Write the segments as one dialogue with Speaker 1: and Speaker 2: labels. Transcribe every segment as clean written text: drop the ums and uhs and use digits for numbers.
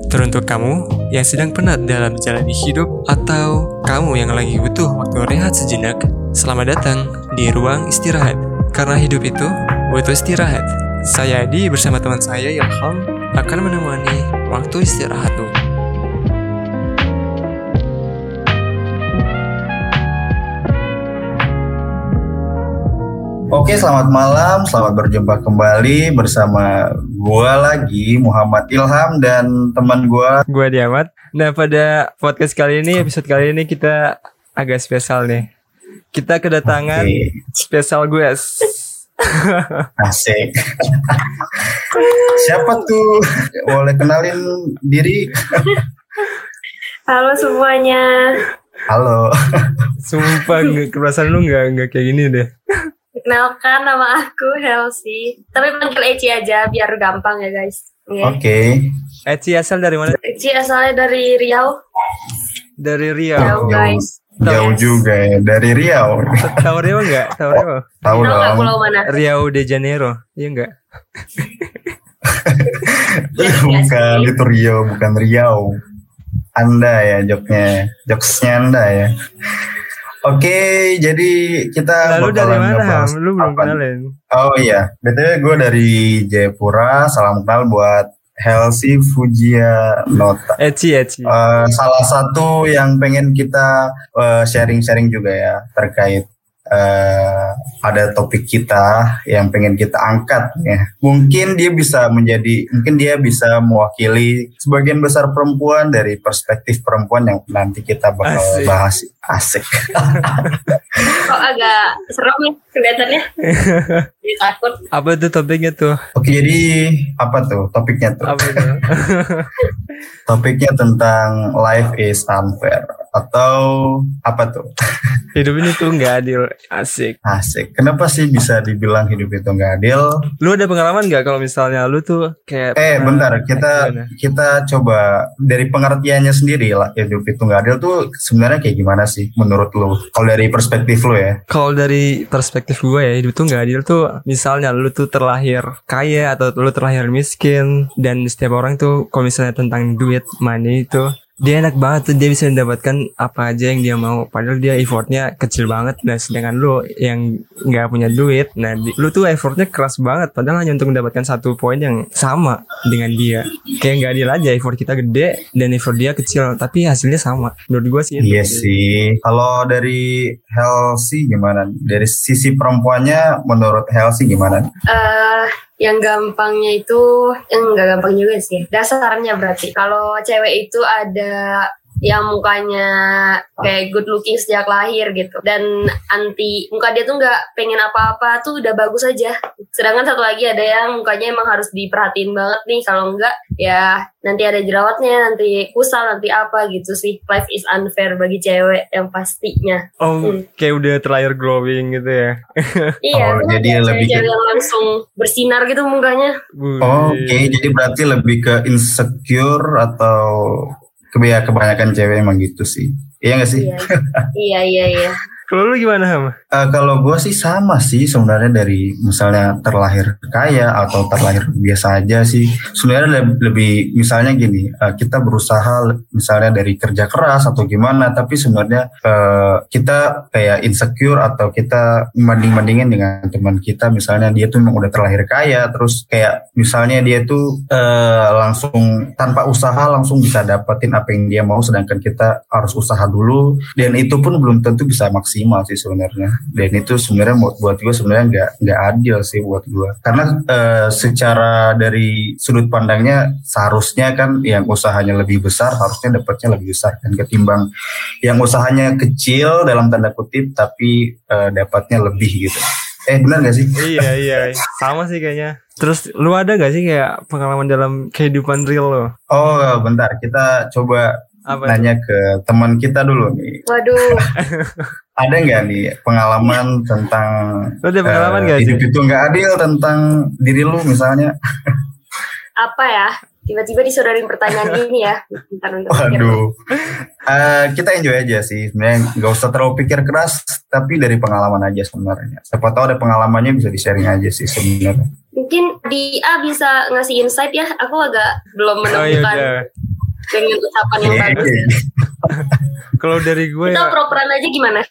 Speaker 1: Teruntuk kamu yang sedang penat dalam menjalani hidup atau kamu yang lagi butuh waktu rehat sejenak, selamat datang di Ruang Istirahat. Karena hidup itu butuh istirahat. Saya Adi bersama teman saya Ilham akan menemani waktu istirahatmu.
Speaker 2: Oke, selamat malam, selamat berjumpa kembali bersama gua lagi, Muhammad Ilham, dan teman gua
Speaker 1: Diamat. Nah, pada podcast kali ini, episode kali ini kita agak spesial nih. Kita kedatangan spesial guest.
Speaker 2: Asik. Siapa tuh? Boleh kenalin diri?
Speaker 3: Halo semuanya.
Speaker 2: Halo.
Speaker 1: Sumpah, perasaan lu nggak kayak gini deh.
Speaker 3: Kenalkan, nama aku Helsi. Tapi panggil Eci aja biar gampang ya guys.
Speaker 2: Oke.
Speaker 1: Eci asal dari mana?
Speaker 3: Eci asalnya dari Riau.
Speaker 1: Dari Riau.
Speaker 3: Jauh guys.
Speaker 2: Jauh juga ya, dari Riau.
Speaker 1: Tahu Riau nggak? Tahu Riau?
Speaker 2: Tahu
Speaker 3: Tahu nggak
Speaker 2: dong.
Speaker 3: pulau mana?
Speaker 1: Riau de Janeiro, iya nggak?
Speaker 2: Bukan, itu Riau, bukan Riau. Anda ya jokesnya Anda ya. Oke, jadi kita
Speaker 1: Lalu dari mana,
Speaker 2: ngebahas
Speaker 1: Ham? Lu belum
Speaker 2: apa?
Speaker 1: kenalin.
Speaker 2: Oh iya, BTW gue dari Jayapura. Salam kenal buat Helsi Fujia Nota.
Speaker 1: Eci.
Speaker 2: Salah satu yang pengen kita sharing-sharing juga ya terkait ada topik kita yang pengen kita angkat ya. Mungkin dia bisa mewakili sebagian besar perempuan dari perspektif perempuan yang nanti kita bakal bahas. Asik.
Speaker 3: Kok agak serem nih kelihatannya. Jadi takut.
Speaker 1: Apa tuh topiknya tuh?
Speaker 2: Oke, jadi apa tuh topiknya tuh?
Speaker 1: Apa tuh?
Speaker 2: Topiknya tentang life is unfair atau apa tuh?
Speaker 1: Hidup ini tuh nggak adil. Asik.
Speaker 2: Kenapa sih bisa dibilang hidup itu nggak adil?
Speaker 1: Lu ada pengalaman nggak kalau misalnya lu tuh kayak?
Speaker 2: Bentar, kita coba dari pengertiannya sendiri lah. Hidup itu nggak adil tuh sebenarnya kayak gimana sih menurut lu? Kalau dari perspektif lu ya?
Speaker 1: Kalau dari perspektif gue ya, hidup tuh nggak adil tuh. Misalnya lu tuh terlahir kaya atau lu terlahir miskin, dan setiap orang tuh kalau misalnya tentang duit, money itu dia enak banget tuh, dia bisa mendapatkan apa aja yang dia mau, padahal dia effortnya kecil banget. Nah sedangkan lu yang nggak punya duit, nah lu tuh effortnya keras banget padahal hanya untuk mendapatkan satu poin yang sama dengan dia. Kayak nggak adil aja, effort kita gede dan effort dia kecil tapi hasilnya sama. Menurut gue sih
Speaker 2: Iya sih. Kalau dari Helsi gimana? Dari sisi perempuannya menurut Helsi gimana?
Speaker 3: Yang gampangnya itu, yang nggak gampang juga sih. Dasarnya berarti kalau cewek itu ada yang mukanya kayak good looking sejak lahir gitu, dan muka dia tuh nggak pengen apa-apa tuh udah bagus aja. Sedangkan satu lagi ada yang mukanya emang harus diperhatiin banget nih, kalau enggak ya nanti ada jerawatnya, nanti kusal, nanti apa gitu sih. Life is unfair bagi cewek yang pastinya.
Speaker 1: Kayak udah terlahir glowing gitu ya.
Speaker 3: Iya,
Speaker 2: jadi lebih
Speaker 3: cewek yang langsung bersinar gitu mukanya.
Speaker 2: Oke, jadi berarti lebih ke insecure atau kebanyakan cewek emang gitu sih. Iya gak sih?
Speaker 3: Iya.
Speaker 1: Kalau lu gimana, Ham?
Speaker 2: Kalau gue sih sama sih sebenarnya, dari misalnya terlahir kaya atau terlahir biasa aja sih. Sebenarnya lebih misalnya gini, kita berusaha misalnya dari kerja keras atau gimana, tapi sebenarnya kita kayak insecure atau kita banding-bandingin dengan teman kita. Misalnya dia tuh memang udah terlahir kaya, terus kayak misalnya dia tuh langsung tanpa usaha langsung bisa dapetin apa yang dia mau, sedangkan kita harus usaha dulu, dan itu pun belum tentu bisa maksimal sih sebenarnya. Dan itu sebenarnya buat gue sebenarnya nggak adil sih buat gue, karena secara dari sudut pandangnya seharusnya kan yang usahanya lebih besar harusnya dapatnya lebih besar kan, ketimbang yang usahanya kecil dalam tanda kutip tapi dapatnya lebih gitu. Benar gak sih?
Speaker 1: Iya, sama sih kayaknya. Terus lu ada gak sih kayak pengalaman dalam kehidupan real lo?
Speaker 2: Bentar, kita coba nanya ke teman kita dulu nih.
Speaker 3: Waduh.
Speaker 2: Ada nggak nih pengalaman tentang hidup itu nggak adil, tentang diri lu misalnya?
Speaker 3: Apa ya? Tiba-tiba disodorin pertanyaan ini ya.
Speaker 2: Waduh. Kita enjoy aja sih. Sebenarnya nggak usah terlalu pikir keras, tapi dari pengalaman aja sebenarnya. Siapa tahu ada pengalamannya bisa di-sharing aja sih sebenarnya.
Speaker 3: Mungkin di A bisa ngasih insight ya. Aku agak belum menemukan dengan ucapan yang bagus.
Speaker 1: Kalau dari gue
Speaker 3: Kita
Speaker 1: ya,
Speaker 3: properan aja gimana?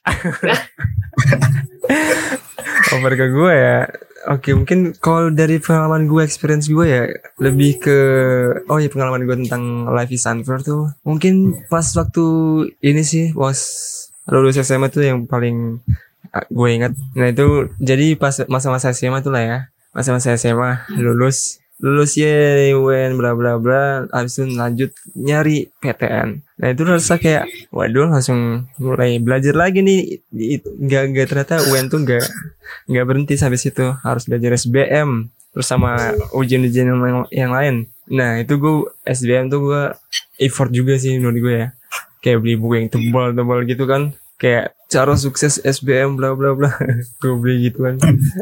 Speaker 1: over ke gue ya. Oke, mungkin kalau dari pengalaman gue, experience gue ya lebih ke pengalaman gue tentang life is unfair tuh. Mungkin pas waktu ini sih was lulus SMA tuh yang paling gue ingat. Nah itu jadi pas masa-masa SMA tuh lah ya. Masa-masa SMA lulus ya UN bla bla bla, habis itu lanjut nyari PTN. Nah itu rasa kayak waduh, langsung mulai belajar lagi nih. Nggak ternyata UN tuh nggak berhenti sampai situ, harus belajar SBM terus sama ujian-ujian yang lain. Nah itu gue SBM tuh gue effort juga sih menurut gue ya, kayak beli buku yang tebal-tebal gitu kan, kayak cara sukses SBM bla bla bla. Gue beli gitu kan.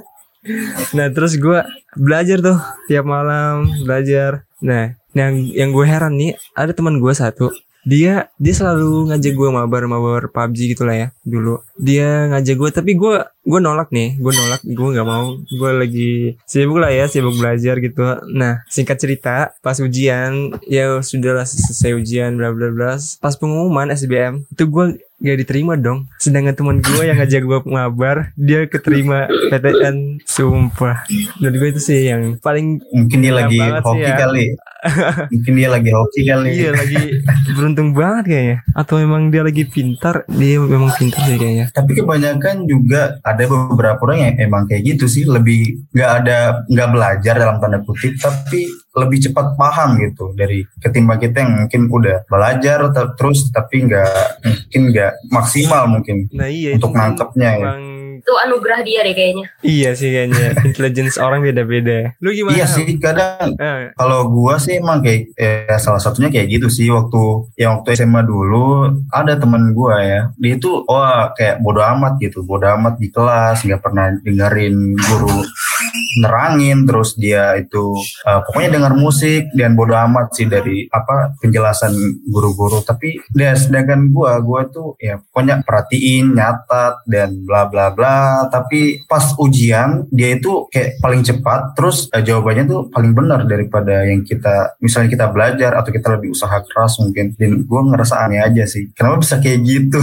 Speaker 1: Nah terus gue belajar tuh tiap malam belajar. Nah yang gue heran nih, ada teman gue satu, dia selalu ngajak gue mabar PUBG gitu lah ya dulu. Dia ngajak gue tapi gue nolak nih, gue nggak mau, gue lagi sibuk lah ya, sibuk belajar gitu. Nah singkat cerita, pas ujian ya sudahlah, selesai ujian bla bla bla, pas pengumuman SBM itu gue gak diterima dong. Sedangkan teman gue yang ngajak gue mabar, dia keterima PTN. Sumpah, menurut gue itu sih yang paling
Speaker 2: Mungkin dia lagi
Speaker 1: banget sih
Speaker 2: hoki
Speaker 1: ya.
Speaker 2: kali. Mungkin dia lagi hoki kali.
Speaker 1: Iya, lagi beruntung banget kayaknya. Atau memang dia lagi pintar. Dia memang pintar sih kayaknya.
Speaker 2: Tapi kebanyakan juga ada beberapa orang yang emang kayak gitu sih, lebih nggak belajar dalam tanda kutip, tapi lebih cepat paham gitu dari ketimbang kita yang mungkin udah belajar terus tapi nggak maksimal mungkin
Speaker 1: Nah iya,
Speaker 2: untuk
Speaker 1: itu
Speaker 2: nangkepnya ya.
Speaker 1: emang,
Speaker 3: Itu anugerah dia deh kayaknya.
Speaker 1: iya sih kayaknya. Intelligence orang beda-beda. Lu gimana?
Speaker 2: Iya sih, kadang
Speaker 1: Eh,
Speaker 2: kalau gua sih emang kayak salah satunya kayak gitu sih, waktu SMA dulu ada teman gua ya, dia itu kayak bodo amat di kelas, nggak pernah dengerin guru nerangin, terus dia itu pokoknya dengar musik dan bodo amat sih dari penjelasan guru-guru. Tapi sedangkan gua tuh ya pokoknya perhatiin, nyatat dan bla bla bla, tapi pas ujian dia itu kayak paling cepat, terus jawabannya tuh paling benar daripada yang misalnya kita belajar atau kita lebih usaha keras mungkin. Dan gue ngerasa aneh aja sih, kenapa bisa kayak gitu.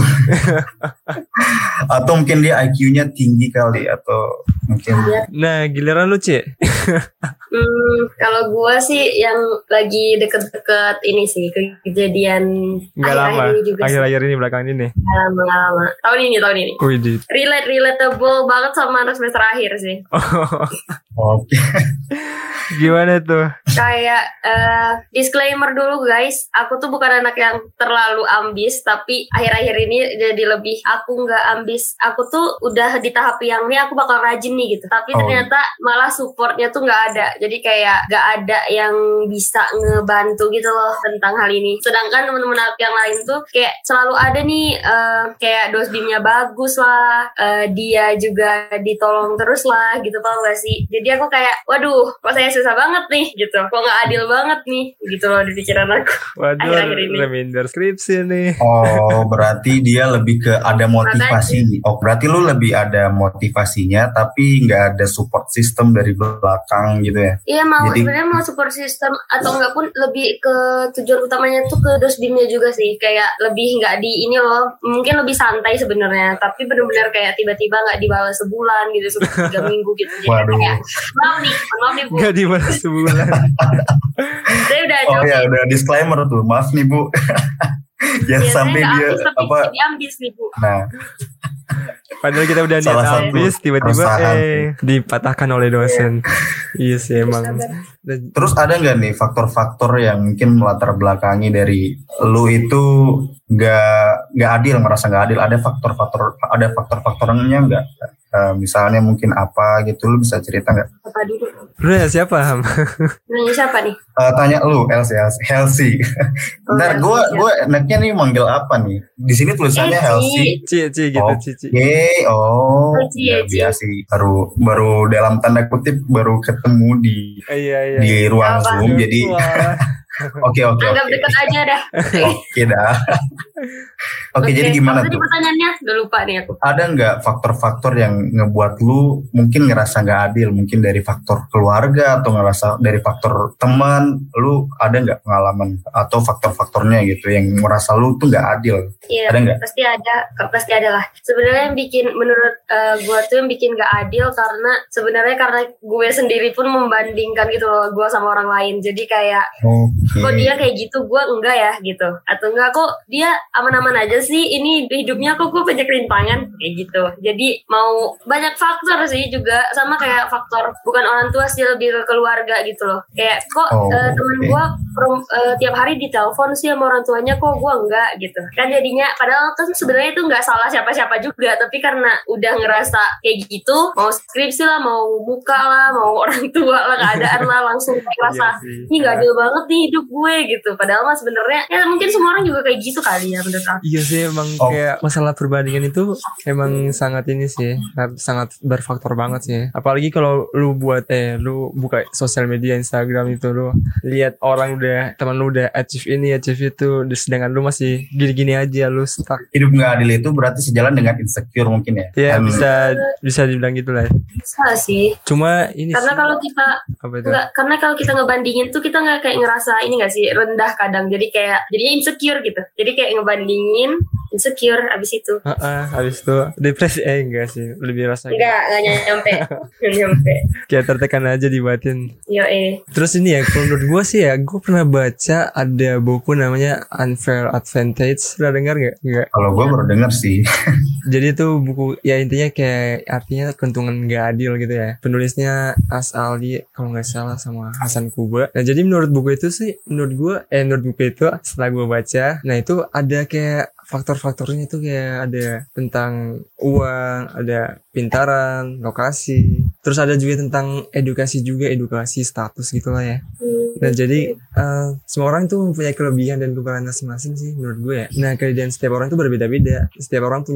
Speaker 2: Atau mungkin dia IQ-nya tinggi kali, atau mungkin
Speaker 1: nah giliran lu, Ci.
Speaker 3: Kalau gue sih yang lagi deket-deket ini sih, kejadian
Speaker 1: Nggak lama.
Speaker 3: akhir-akhir ini juga sih.
Speaker 1: Akhir-akhir ini belakangan ini.
Speaker 3: Nggak lama. Tahun ini.
Speaker 1: Widih.
Speaker 3: Relatable banget sama anak semester akhir sih.
Speaker 2: oke.
Speaker 1: Gimana tuh?
Speaker 3: Kayak disclaimer dulu guys, aku tuh bukan anak yang terlalu ambis, tapi akhir-akhir ini jadi lebih, aku nggak ambis, aku tuh udah di tahap yang nih aku bakal rajin nih gitu, tapi ternyata malah supportnya tuh nggak ada, jadi kayak nggak ada yang bisa ngebantu gitu loh tentang hal ini. Sedangkan teman-teman aku yang lain tuh kayak selalu ada nih, kayak dosbimnya bagus lah, dia juga ditolong terus lah gitu, tau gak sih? Jadi aku kayak waduh, kok saya susah banget nih gitu, kok nggak adil banget nih gitu loh di pikiran aku.
Speaker 1: Waduh,
Speaker 3: Akhir-akhir ini.
Speaker 1: reminder skripsi nih.
Speaker 2: Oh, berarti dia lebih ke ada motivasi. Oh, berarti lu lebih ada motivasinya, tapi nggak ada support system dari belakang gitu ya?
Speaker 3: Iya,
Speaker 2: Jadi-
Speaker 3: sebenarnya mau support system atau enggak pun lebih ke tujuan utamanya tuh ke dosbimnya juga sih, kayak lebih nggak di ini loh, mungkin lebih santai sebenarnya, tapi benar-benar kayak tiba-tiba nggak dibalas sebulan gitu, 3 minggu gitu. Jadi
Speaker 2: Waduh.
Speaker 3: kayak maaf nih Bu,
Speaker 1: Gak dibalas sebulan.
Speaker 3: saya udah
Speaker 2: Oh
Speaker 3: jawab.
Speaker 2: ya, udah disclaimer tuh, maaf nih Bu. Jangan sampai
Speaker 3: saya nggak
Speaker 2: dia
Speaker 3: ambis, tapi
Speaker 2: apa?
Speaker 3: jadi ambis nih Bu.
Speaker 2: Nah,
Speaker 1: Padahal kita udah niat
Speaker 2: Salah satu
Speaker 1: habis, tiba-tiba
Speaker 2: keresahan
Speaker 1: dipatahkan oleh dosen. Iya sih emang. Dan-
Speaker 2: terus ada nggak nih faktor-faktor yang mungkin melatar belakangi dari lu itu nggak adil, merasa nggak adil? Ada faktornya nggak? Misalnya mungkin apa gitu, lu bisa cerita nggak?
Speaker 3: Apa dulu?
Speaker 1: Lu ya siapa, Ham?
Speaker 3: Nanya siapa nih?
Speaker 2: Tanya lu, Helsi. Ntar gue enaknya nih manggil apa nih? Di sini tulisannya Helsi.
Speaker 1: Ci gitu, Cici.
Speaker 2: Oke,
Speaker 3: Cie.
Speaker 2: biasa sih. Baru dalam tanda kutip baru ketemu di
Speaker 1: Iya.
Speaker 2: ruang
Speaker 3: Apa?
Speaker 2: Zoom, jadi
Speaker 1: Wah,
Speaker 2: Oke.
Speaker 3: Anggap dekat aja dah.
Speaker 2: Oke dah. Oke, jadi gimana
Speaker 3: apa tadi
Speaker 2: tuh?
Speaker 3: pertanyaannya? Udah lupa nih aku.
Speaker 2: Ada nggak faktor-faktor yang ngebuat lu mungkin ngerasa nggak adil? Mungkin dari faktor keluarga atau ngerasa dari faktor teman. Lu ada nggak pengalaman atau faktor-faktornya gitu yang merasa lu tuh nggak adil?
Speaker 3: Iya,
Speaker 2: Ada nggak?
Speaker 3: pasti ada lah. Sebenarnya yang bikin menurut gue tuh yang bikin gak adil karena sebenarnya karena gue sendiri pun membandingkan gitu loh gue sama orang lain. Jadi kayak kok dia kayak gitu, gue enggak ya gitu. Atau enggak kok dia aman-aman aja sih. Ini hidupnya kok gue banyak rintangan kayak gitu. Jadi mau banyak faktor sih juga sama kayak faktor bukan orang tua sih, lebih ke keluarga gitu loh. Kayak kok temen gue tiap hari ditelepon sih sama orang tuanya, kok gue enggak gitu. Kan jadinya padahal kan sebenarnya itu nggak salah siapa-siapa juga, tapi karena udah ngerasa kayak gitu, mau skripsi lah, mau muka lah, mau orang tua lah, keadaan lah, langsung ngerasa ini nggak adil banget nih hidup gue gitu. Padahal mah sebenarnya ya mungkin semua orang juga kayak gitu kali ya menurut aku.
Speaker 1: Iya sih, emang kayak masalah perbandingan itu emang sangat ini sih, sangat berfaktor banget sih. Apalagi kalau lu lu buka sosial media Instagram itu, lu lihat orang teman lu udah achieve ini achieve itu, sedangkan lu masih gini-gini aja, lu stuck.
Speaker 2: Hidup nggak adil itu berarti sejalan dengan insecure mungkin ya?
Speaker 1: Ya bisa dibilang gitu lah.
Speaker 3: Bisa sih.
Speaker 1: Cuma ini
Speaker 3: karena
Speaker 1: sih,
Speaker 3: kalau kita karena kalau kita ngebandingin tuh kita nggak kayak ngerasa ini nggak sih rendah kadang, jadi kayak jadinya insecure gitu. Jadi kayak ngebandingin insecure abis itu.
Speaker 1: Abis itu depresi enggak sih, lebih rasa
Speaker 3: nggak nyampe.
Speaker 1: Kayak tertekan aja di batin.
Speaker 3: Terus
Speaker 1: ini ya, kalau menurut gue sih ya, gue pernah baca ada buku namanya Unfair Advantage. Pernah dengar nggak?
Speaker 2: Kalau gue baru dengar sih.
Speaker 1: Jadi itu buku ya intinya kayak artinya keuntungan nggak adil gitu ya. Penulisnya Aldi kalau nggak salah sama Hasan Kuba. Nah jadi menurut buku itu sih, menurut buku itu setelah gue baca, nah itu ada kayak faktor-faktornya itu kayak ada tentang uang, ada pintaran, lokasi, terus ada juga tentang edukasi status gitulah ya. Nah jadi semua orang tuh mempunyai kelebihan dan kekurangan masing-masing sih menurut gue ya. Nah kelebihan setiap orang tuh berbeda-beda. Setiap orang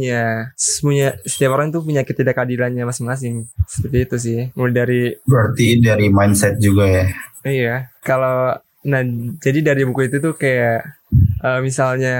Speaker 1: tuh punya ketidakadilannya masing-masing. Seperti itu sih.
Speaker 2: Berarti dari mindset juga ya.
Speaker 1: Iya. Jadi dari buku itu tuh kayak misalnya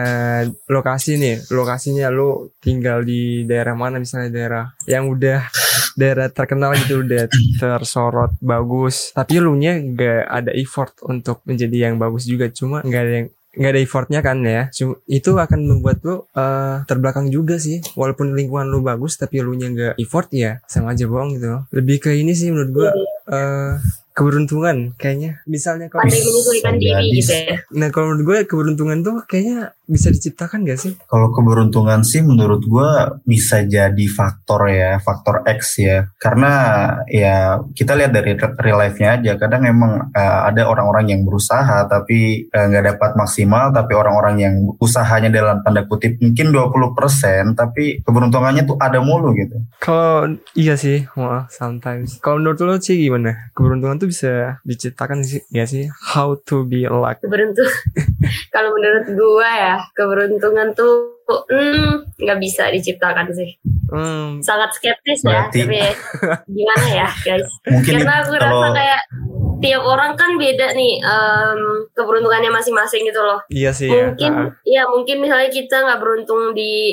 Speaker 1: lokasinya lu tinggal di daerah mana, misalnya daerah yang udah daerah terkenal gitu, udah tersorot bagus, tapi lu nya gak ada effort untuk menjadi yang bagus juga, cuma gak ada effortnya kan ya. Itu akan membuat lu terbelakang juga sih. Walaupun lingkungan lu bagus tapi lu nya gak effort, ya sama aja bohong gitu. Lebih ke ini sih menurut gua keberuntungan kayaknya. Misalnya kalau
Speaker 3: pandai menyesuaikan diri gitu ya.
Speaker 1: Nah kalau menurut gue keberuntungan tuh kayaknya bisa diciptakan gak sih?
Speaker 2: Kalau keberuntungan sih menurut gue bisa jadi faktor X ya. Karena ya kita lihat dari real life-nya aja. Kadang emang ada orang-orang yang berusaha tapi gak dapat maksimal. Tapi orang-orang yang usahanya dalam tanda kutip mungkin 20%, tapi keberuntungannya tuh ada mulu gitu.
Speaker 1: Kalau iya sih, sometimes. Kalau menurut lo sih gimana? Keberuntungan tuh bisa diciptakan sih, gak sih? How to be lucky?
Speaker 3: Kalau menurut gua ya, keberuntungan tuh nggak bisa diciptakan sih. Sangat skeptis berarti. Ya, tapi gimana ya guys? Karena aku rasa kayak tiap orang kan beda nih keberuntungannya masing-masing gitu loh.
Speaker 1: Iya sih.
Speaker 3: Mungkin misalnya kita nggak beruntung di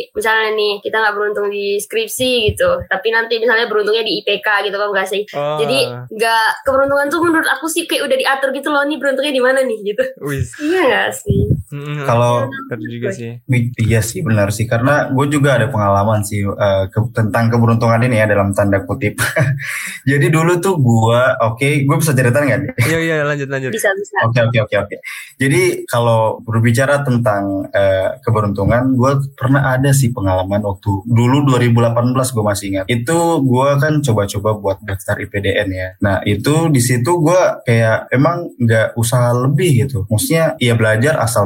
Speaker 3: skripsi gitu, tapi nanti misalnya beruntungnya di IPK gitu kan, nggak sih? Jadi nggak, keberuntungan tuh menurut aku sih kayak udah diatur gitu loh, nih beruntungnya di mana nih gitu. Iya nggak sih?
Speaker 2: Kalau
Speaker 1: juga sih.
Speaker 2: Iya sih, benar sih, karena gue juga ada pengalaman sih tentang keberuntungan ini ya dalam tanda kutip. Jadi dulu tuh gue bisa cerita nggak?
Speaker 1: Iya lanjut.
Speaker 3: Bisa.
Speaker 2: Oke. Jadi kalau berbicara tentang keberuntungan, gue pernah ada sih pengalaman waktu dulu 2018, gue masih ingat. Itu gue kan coba-coba buat daftar IPDN ya. Nah itu di situ gue kayak emang nggak usaha lebih gitu. Maksudnya ya belajar asal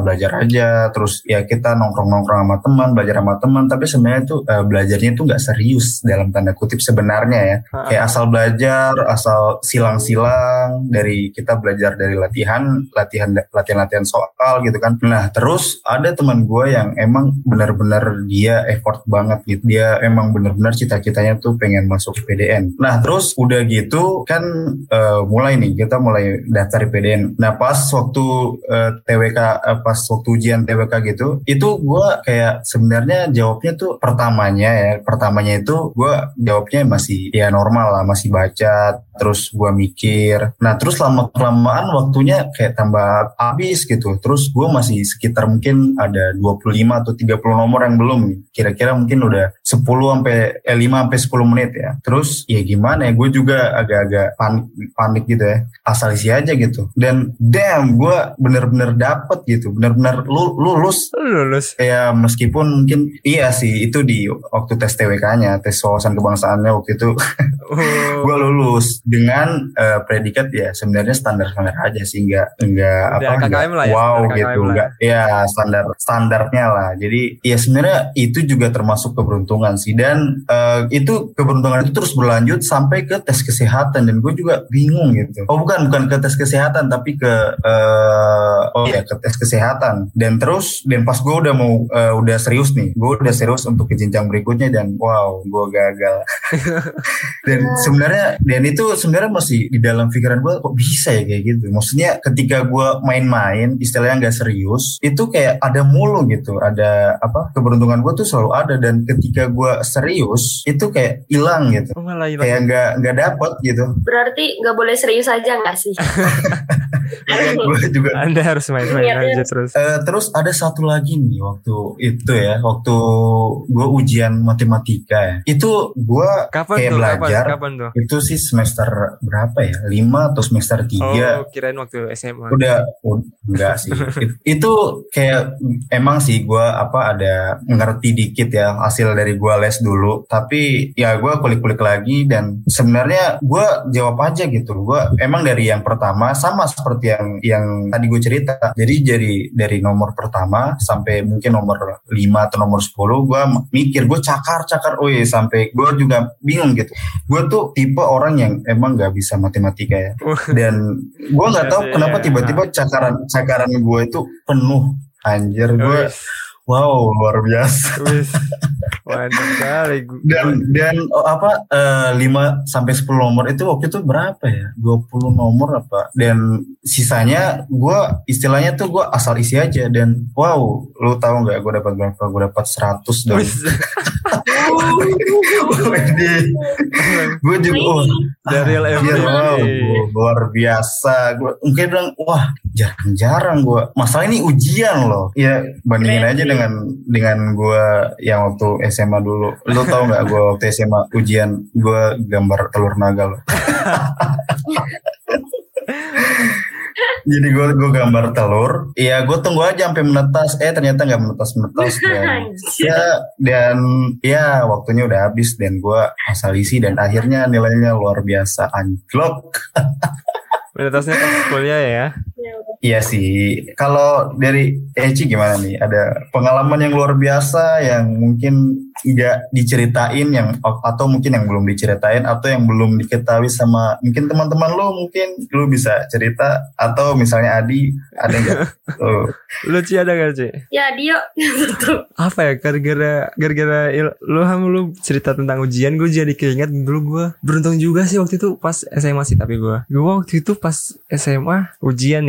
Speaker 2: belajar aja, terus ya kita nongkrong-nongkrong sama teman, belajar sama teman, tapi sebenarnya tuh belajarnya tuh nggak serius dalam tanda kutip sebenarnya ya. Kayak asal belajar, asal silang-silang dari kita belajar dari latihan soal gitu kan. Nah, terus ada teman gue yang emang benar-benar dia effort banget gitu. Dia emang benar-benar cita-citanya tuh pengen masuk PDN. Nah, terus udah gitu kan kita mulai daftar PDN. Nah, pas waktu TWK pas waktu ujian TWK gitu, itu gue kayak sebenarnya jawabnya tuh pertamanya itu gue jawabnya masih ya normal lah, masih baca, terus gue mikir. Nah, terus lama-kelamaan waktunya kayak tambah habis gitu. Terus gue masih sekitar mungkin ada 25 atau 30 nomor yang belum. Kira-kira mungkin udah 5 sampai 10 menit ya. Terus ya gimana ya, gue juga agak-agak panik gitu ya. Asal isi aja gitu. Dan damn, gue bener-bener dapet gitu. Bener-bener lulus. Kayak meskipun mungkin iya sih itu di waktu tes TWK-nya, tes wawasan kebangsaannya waktu itu gue lulus dengan predikat ya sebenarnya standar aja sih, nggak wow gitu, nggak ya standarnya lah. Jadi ya sebenarnya itu juga termasuk keberuntungan sih, dan itu keberuntungan itu terus berlanjut sampai ke tes kesehatan, dan gue juga bingung gitu. Bukan ke tes kesehatan tapi ke tes kesehatan, dan pas gue udah serius nih, gue udah serius untuk ke jenjang berikutnya, dan wow gue gagal. Dan itu sebenarnya masih di dalam pikiran gue, kok bisa ya kayak gitu. Maksudnya ketika gue main-main istilahnya nggak serius, itu kayak ada mulu gitu, ada keberuntungan gue tuh selalu ada, dan ketika gue serius itu kayak hilang gitu. Kayak nggak dapet gitu.
Speaker 3: Berarti nggak boleh serius aja nggak sih?
Speaker 2: Gue juga.
Speaker 1: Anda harus main-main aja terus.
Speaker 2: Terus ada satu lagi nih waktu gue ujian matematika ya. Itu gue kayak belajar.
Speaker 1: Kapan tuh?
Speaker 2: Itu sih semester berapa ya? 5 atau semester 3.
Speaker 1: Oh, kirain waktu SMA.
Speaker 2: Udah enggak sih. Itu kayak emang sih gue ada ngerti dikit ya hasil dari gue les dulu. Tapi ya gue kulik-kulik lagi, dan sebenarnya gue jawab aja gitu. Gue emang dari yang pertama sama seperti yang tadi gue cerita. Jadi dari nomor pertama sampai mungkin nomor 5 atau nomor 10 gue mikir, gue cakar sampai gue juga bingung gitu. Gue tuh tipe orang yang emang gak bisa matematika ya. Dan gue gak tahu kenapa tiba-tiba cakaran gue itu penuh. Anjir, gue wow, luar biasa.
Speaker 1: Mantap sekali.
Speaker 2: Dan 5 sampai 10 nomor itu waktu itu berapa ya? 20 nomor apa? Dan sisanya gue istilahnya tuh gue asal isi aja, dan wow, lu tahu nggak gue dapat berapa? Gue dapat 100 dong. Gue juga
Speaker 1: dari
Speaker 2: wow, luar biasa. Gue mungkin bilang wah jarang-jarang gue. Masalah ini ujian loh. Ya bandingin aja dengan gue yang waktu SMA dulu. Lu tau nggak gue waktu SMA ujian gue gambar telur naga loh. Jadi gue gambar telur. Iya, gue tunggu aja sampai menetas. Ternyata nggak menetas. Dan waktunya udah habis, dan gue asal isi, dan akhirnya nilainya luar biasa, anjlok.
Speaker 1: Menetasnya pas kuliah ya.
Speaker 2: Iya sih. Kalau dari Eci gimana nih? Ada pengalaman yang luar biasa yang mungkin nggak diceritain, atau mungkin yang belum diceritain, atau yang belum diketahui sama mungkin teman-teman lo, mungkin lo bisa cerita, atau misalnya Adi ada nggak?
Speaker 1: Lu Ci ada nggak Ci?
Speaker 3: Ya Dio.
Speaker 1: Apa ya, gara-gara lu cerita tentang ujian, gue jadi keinget dulu gue beruntung juga sih waktu itu pas SMA sih, tapi gue waktu itu pas SMA ujian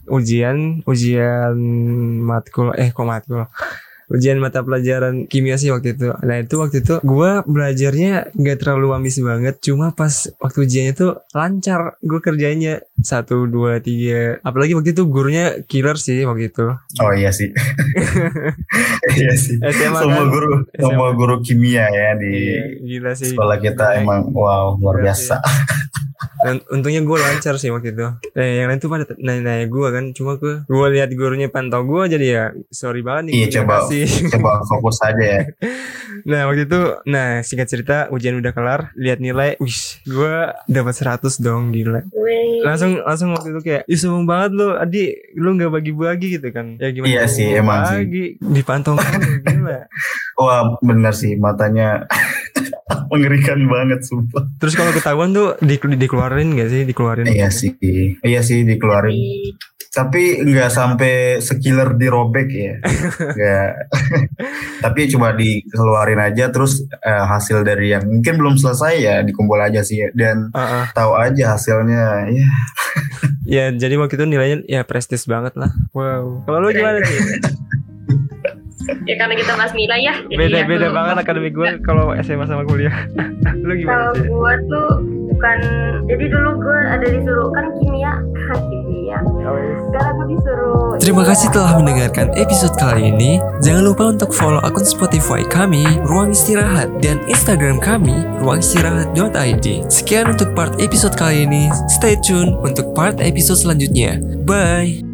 Speaker 1: matkul ujian mata pelajaran kimia sih waktu itu. Nah itu waktu itu gue belajarnya gak terlalu ambis banget, cuma pas waktu ujiannya tuh lancar gue kerjanya 1, 2, 3. Apalagi waktu itu gurunya killer sih waktu itu.
Speaker 2: Oh iya sih. Iya sih.
Speaker 1: SMA
Speaker 2: semua guru kimia ya di
Speaker 1: gila sih.
Speaker 2: Sekolah kita emang wow luar biasa.
Speaker 1: Untungnya gue lancar sih waktu itu. Yang lain tuh pada nanya gue kan, cuma gue lihat gurunya pantau gue, jadi ya sorry banget nih.
Speaker 2: Iya, coba fokus aja ya.
Speaker 1: Nah waktu itu, singkat cerita ujian udah kelar, lihat nilai, gue dapat 100 dong, gila. Langsung waktu itu kayak, sombong banget lo, Adi, lu nggak bagi-bagi gitu kan? Ya gimana?
Speaker 2: Iya sih, emang sih.
Speaker 1: Dipantau kan, gila.
Speaker 2: Wah benar sih, matanya mengerikan banget sumpah.
Speaker 1: Terus kalau ketahuan tuh dikeluarin gak sih? Dikeluarin.
Speaker 2: Iya sih dikeluarin. Tapi nggak sampai sekiler dirobek ya. Nggak. Tapi cuma dikeluarin aja, terus hasil dari yang mungkin belum selesai ya dikumpul aja sih ya. Dan tahu aja hasilnya ya.
Speaker 1: Ya jadi waktu itu nilainya ya prestis banget lah. Wow. Kalau lu gimana sih?
Speaker 3: Ya karena kita mas nilai ya.
Speaker 1: Beda banget akademik gue kalau SMA sama kuliah. Lu gimana sih?
Speaker 3: Kalau gue tuh bukan, jadi dulu gue ada disuruh kan kimia. Sekarang gue disuruh.
Speaker 1: Terima kasih telah mendengarkan episode kali ini. Jangan lupa untuk follow akun Spotify kami, Ruang Istirahat, dan Instagram kami, ruangistirahat.id. Sekian untuk part episode kali ini. Stay tune untuk part episode selanjutnya. Bye.